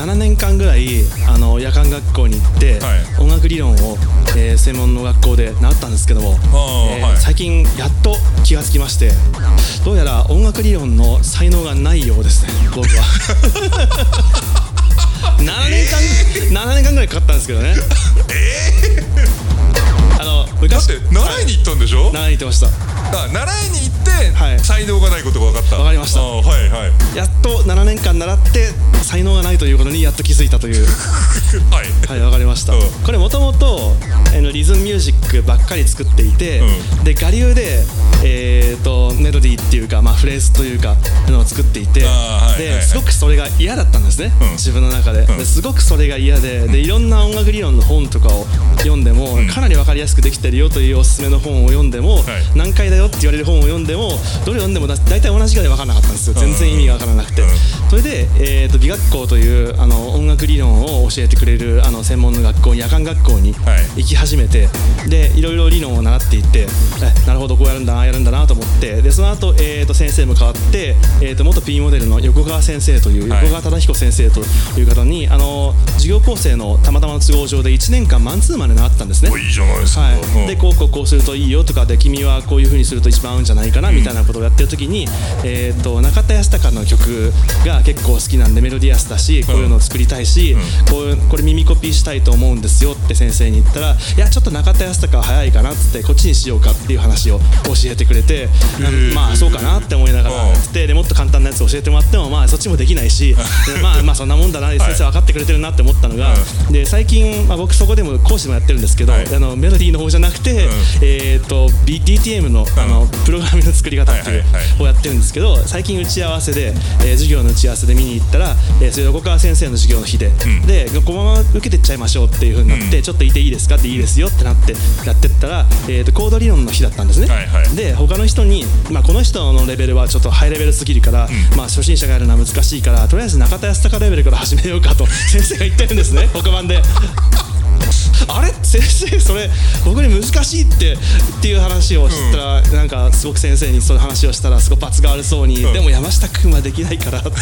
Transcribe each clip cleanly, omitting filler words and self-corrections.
7年間ぐらい夜間学校に行って、はい、音楽理論を、専門の学校で習ったんですけども、はい、最近やっと気がつきまして、どうやら音楽理論の才能がないようですね、僕は。7年間ぐらいかかったんですけどね。 だって習いに行ったんでしょ？ 習いに行ってました。 習いに行って、はい、才能がないことが分かった。 分かりました。 はいはい、 やっと7年間習って才能がないということにやっと気づいたという。はい、はい、分かりました。これもともとリズムミュージックばっかり作っていて、で我流でメロディーっていうか、フレーズというかのを作っていて、ですごくそれが嫌だったんですね、自分の中で。ですごくそれが嫌で、いろんな音楽理論の本とかを読んでも、かなり分かりやすくできてるよというおすすめの本を読んでも、難解だよって言われる本を読んでも、どれ読んでも大体同じぐらい分からなかったんですよ。全然意味が分からなくて、それで、美学校という音楽理論を教えてくれる専門の学校、夜間学校に行き始めて、でいろいろ理論を習っていって、なるほどこうやるんだなやるんだなと思って、でその後、先生も変わって、元 P モデルの横川先生という、横川忠彦先生という方に授業構成のたまたまの都合上で1年間マンツーマンで習ったんですね。 いいじゃないですか。 はい、でこうするといいよとかで、君はこういう風にすると一番合うんじゃないかなみたいなことをやってる時に、中田泰孝の曲が結構好きなんで、メロディアスだしこういうのを作りたいし、これ耳コピーしたいと思うんですよって先生に言ったら、いやちょっと中田泰孝は早いかなっつって、こっちにしようかっていう話を教えてくれて、まあそうかなって思いながらつって、でもっと簡単なやつを教えてもらっても、そっちもできないし、まあそんなもんだな、先生分かってくれてるなって思ったのが、で最近、僕そこでも講師もやってるんですけど、メロディーの方じゃなくて、DTM のプログラミングの作り方っていうをやってるんですけど、最近打ち合わせで、授業の打ち合わせで見に行ったら、それ横川先生の授業の日で、このまま受けてっちゃいましょうっていう風になって、ちょっといていいですかって、いいですよってなってやってったら、コード理論の日だったんですね。で他の人に、この人のレベルはちょっとハイレベルすぎるから、初心者がやるのは難しいから、とりあえず中田泰孝レベルから始めようかと先生が言ってるんですね、黒板で。あれ先生それ僕に難しいっていう話をしたら、なんかすごく先生にそういう話をしたら、すごく罰が悪そうに、でも山下君はできないからって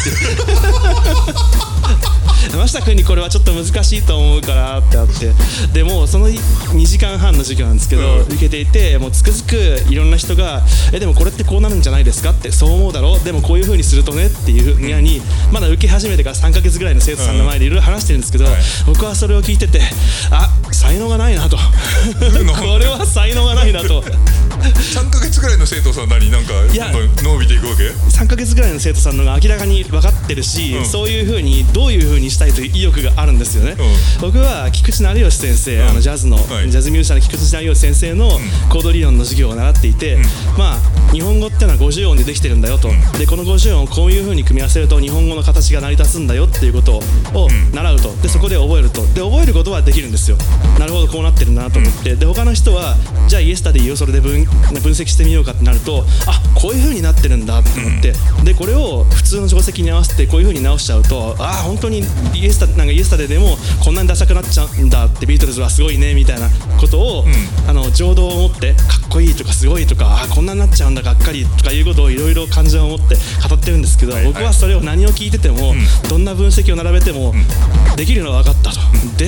山下君にこれはちょっと難しいと思うからってあって、でもその2時間半の授業なんですけど、受けていて、もうつくづくいろんな人がでもこれってこうなるんじゃないですかって、そう思うだろう、でもこういう風にするとねっていうふうに、まだ受け始めてから3ヶ月ぐらいの生徒さんの前でいろいろ話してるんですけど、僕はそれを聞いてて、才能がないなとこれは才能がないなと。 3ヶ月ぐらいの生徒さんなんか伸びていくわけ ？3ヶ月ぐらいの生徒さんのが明らかに分かってるし、そういう風にどういう風にしたいという意欲があるんですよね。僕は菊池成吉先生、ジャズミュージシャンの菊池成吉先生のコード理論の授業を習っていて、日本語ってのは50音でできてるんだよと、でこの50音をこういう風に組み合わせると日本語の形が成り立つんだよっていうことを習うと、でそこで覚えると、で覚えることはできるんですよ。なるほどこうなってるなと思って、で他の人はじゃあイエスタでいいよ、それで分析してみようかってなると、こういう風になってるんだって思って、でこれを普通の定石に合わせてこういう風に直しちゃうと、本当にイエスタでもこんなにダサくなっちゃうんだって、ビートルズはすごいねみたいなことを、情動を持ってかっこいいとかすごいとか、こんなになっちゃうんだがっかりとかいうことをいろいろ感情を持って語ってるんですけど、僕はそれを何を聞いてても、どんな分析を並べてもできるのは分かったと。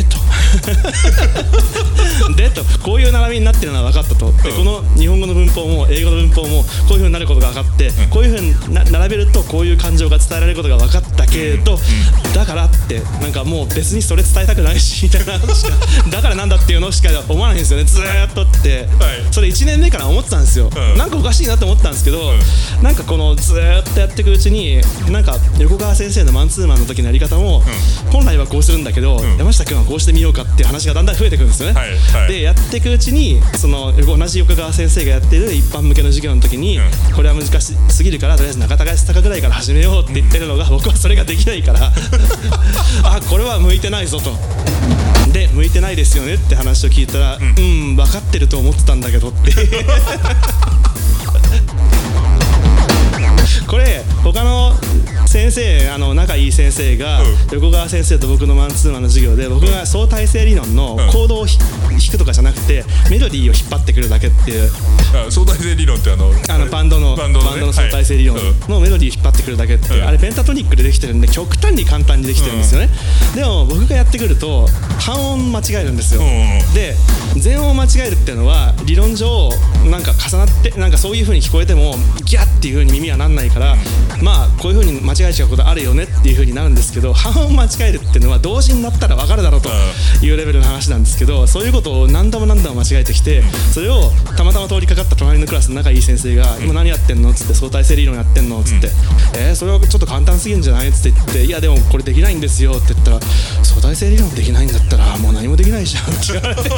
でとこういう並びになってるのは分かったと。でこの日本語の文法も英語の文法もこういう風になることが分かって、こういう風に並べるとこういう感情が伝えられることが分かったけれど、だからってなんかもう別にそれ伝えたくないしみたいなしかだからなんだっていうのしか思わないんですよね、ずーっとって。それ1年目から思ってたんですよ。なんかおかしいなと思ったんですけど、なんかこのずーっとやっていくうちに、なんか横川先生のマンツーマンの時のやり方も、本来はこうするんだけど、山下君はこうしてみようかっていう話がだんだん増えてくるんですよね。でやっていくうちに、その同じ横川先生がやってる一般向けの授業の時に、これは難しすぎるからとりあえず中田泰孝ぐらいから始めようって言ってるのが、僕はそれができないからこれは向いてないぞと。で向いてないですよねって話を聞いたら、分かってると思ってたんだけどってこれ他の先生仲いい先生が、横川先生と僕のマンツーマンの授業で、僕が相対性理論のコードを弾くとかじゃなくてメロディーを引っ張ってくるだけっていう。 相対性理論ってバンドの相対性理論のメロディーを引っ張ってくるだけって、あれペンタトニックでできてるんで極端に簡単にできてるんですよね。でも僕がやってくると半音間違えるんですよ。で全音間違えるっていうのは理論上なんか重なってなんかそういう風に聞こえてもギャッっていう風に耳はなんないから、まあこういう風に間違えちゃうことあるよねっていう風になるんですけど、半音間違えるっていうのは同時になったら分かるだろうというレベルの話なんですけど、そういうことを何度も何度も間違えてきて、それをたまたま通りかかった隣のクラスの仲いい先生が今何やってんのっつって、相対性理論やってんのっつって、それはちょっと簡単すぎるんじゃないっつって言って、いやでもこれできないんですよって言ったら、相対性理論できないんだったらもう何もできないじゃんって言われて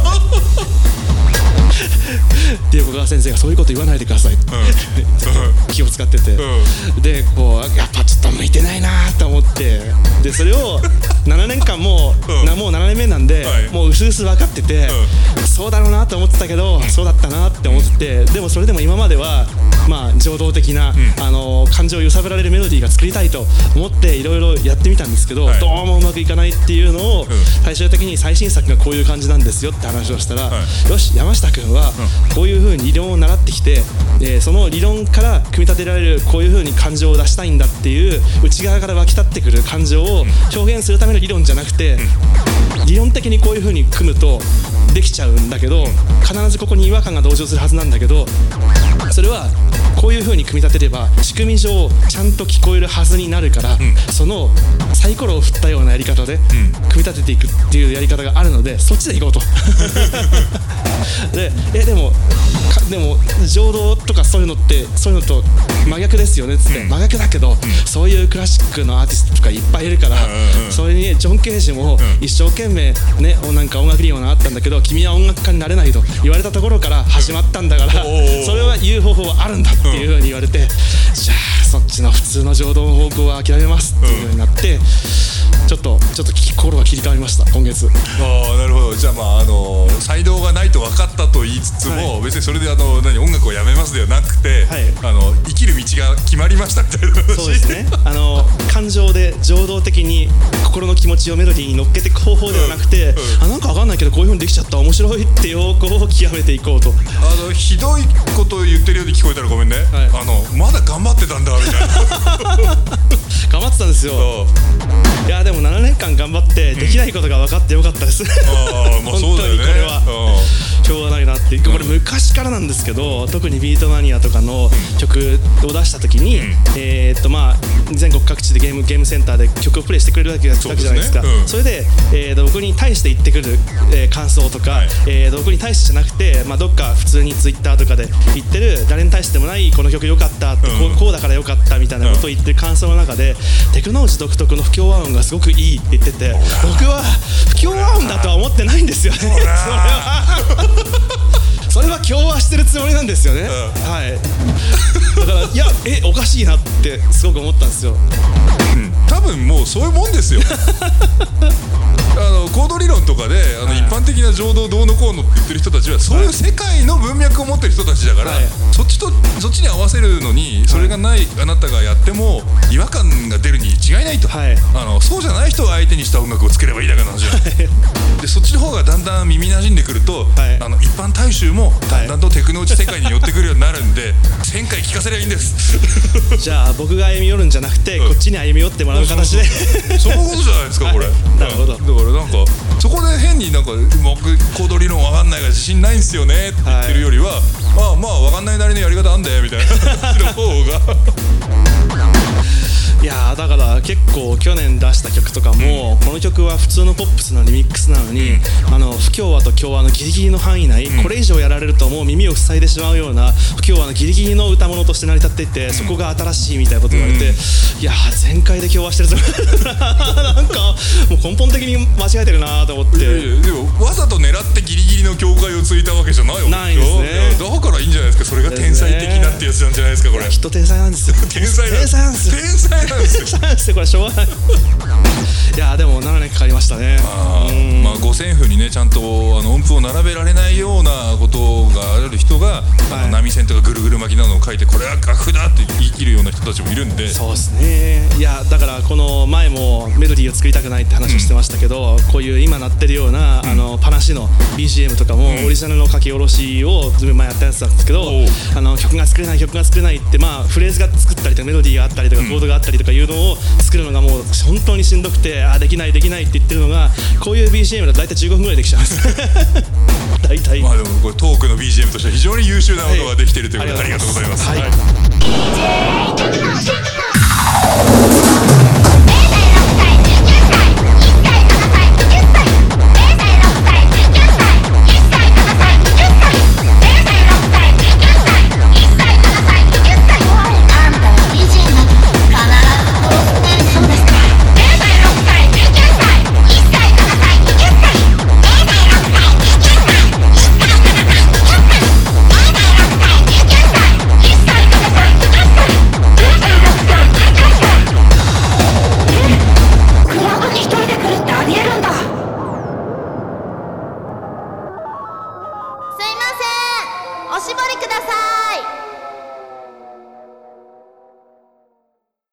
で横川先生がそういうこと言わないでくださいって気を使ってて、でこうやっぱちょっと向いてないなと思って、でそれを7年間もう7年目なんで、もう薄々分かってて、そうだろうなと思ってたけど、そうだったなって思ってて、でもそれでも今まではまあ情動的な感情を揺さぶられるメロディーが作りたいと思っていろいろやってみたんですけど、どうもうまくいかないっていうのを最終的に最新作がこういう感じなんですよって話をしたら、よし山下君はこういう風に理論を習ってきて、その理論から組み立てられるこういう風に感情を出したいんだっていう内側から湧き立ってくる感情を表現するための理論じゃなくて、理論的にこういう風に組むとできちゃうんだけど、必ずここに違和感が同乗するはずなんだけど、それはこういう風に組み立てれば仕組み上ちゃんと聞こえるはずになるから、そのサイコロを振ったようなやり方で組み立てていくっていうやり方があるので、そっちでいこうとでも情動とかそういうのと真逆ですよねっつって、真逆だけど、そういうクラシックのアーティストとかいっぱいいるから、それにジョン・ケージも一生懸命ね、なんか音楽理論があったんだけど、君は音楽家になれないと言われたところから始まったんだから、それは言う方法はあるんだっていう風に言われて、じゃあそっちの普通の情動の方向は諦めますっていう風になって、ちょっと心が切り替わりました今月。 ああなるほど。じゃあ才能がないと分かったと言いつつも、別にそれで音楽をやめますではなくて、生きる道が決まりましたみたいな話。 そうですね。感情で情動的に心の気持ちをメロディーに乗っけていく方法ではなくて、なんか分かんないけどこういう風にできちゃった面白いっていう方向を極めていこうと。 ひどいことを言ってるように聞こえたらごめんね、まだ頑張ってたんだみたいな頑張ってたんですよ。いやでも7年間頑張ってできないことが分かってよかったです本当にこれはしょうがないなって。これ昔からなんですけど、特にビートマニアとかの曲を出した時に、全国各地でゲームセンターで曲をプレイしてくれるわけじゃないですか。それで、僕に対して言ってくる、感想とか、僕に対してじゃなくて、どっか普通にツイッターとかで言ってる、誰に対してもないこの曲良かったって、こうだから良かったみたいなことを言ってる感想の中で、テクノロジー独特の不協和音がすごくいいって言ってて、僕は不協和音だとは思ってないんですよねそれは協和してるつもりなんですよね、だからいやおかしいなってすごく思ったんですよ。 多分もうそういうもんですよコード理論とかで一般的な情動どうのこうのって言ってる人たちは、そういう世界の文脈を持ってる人たちだから、そっちに合わせるのにそれがないあなたがやっても違和感が出るに違いないと、そうじゃない人を相手にした音楽を作ればいいだけの話だで、そっちの方がだんだん耳馴染んでくると、一般大衆もだんだんとテクノロジー世界に寄ってくるようになるんで、1000回聞かせりゃいいんですじゃあ僕が歩み寄るんじゃなくて、こっちに歩み寄ってもらう形でそういうことじゃないですかこれなるほど。 だからなんかそこで変になんか僕コード理論わかんないから自信ないんすよねって言ってるよりは、わかんないなりのやり方あんだよみたいな話の方がいやだから結構去年出した曲とかも、この曲は普通のポップスのリミックスなのに、不協和と協和のギリギリの範囲内、これ以上やられるともう耳を塞いでしまうような不協和のギリギリの歌物として成り立っていて、そこが新しいみたいなこと言われて、いや全開で協和してるぞなんかもう根本的に間違えてるなと思って。 でもわざと狙ってギリギリの境界をついたわけじゃないわけでしょ。 ないですね。 だからいいんじゃないですか。それが天才的なってやつなんじゃないですかこれ。 きっと天才なんですよ天才なんですよ天才なんですよこれしょうがないいやでも7年かかりましたね。 五線譜にねちゃんと音符を並べられないようなことがある人が、波線とかぐるぐる巻きなどを書いて、これは楽譜だって言い切るような人人たちもいるんで。 そうですね。いやだからこの前もメロディーを作りたくないって話をしてましたけど、こういう今鳴ってるようなパナシの BGM とかもオリジナルの書き下ろしをずいぶん前やったやつなんですけど、曲が作れないってフレーズが作ったりとかメロディーがあったりとかコードがあったりとかいうのを作るのがもう本当にしんどくて、できないって言ってるのが、こういう BGM だと大体15分ぐらいできちゃうんです大体。 でもこれトークの BGM としては非常に優秀なものができているということで、ありがとうございます。 おしぼりください。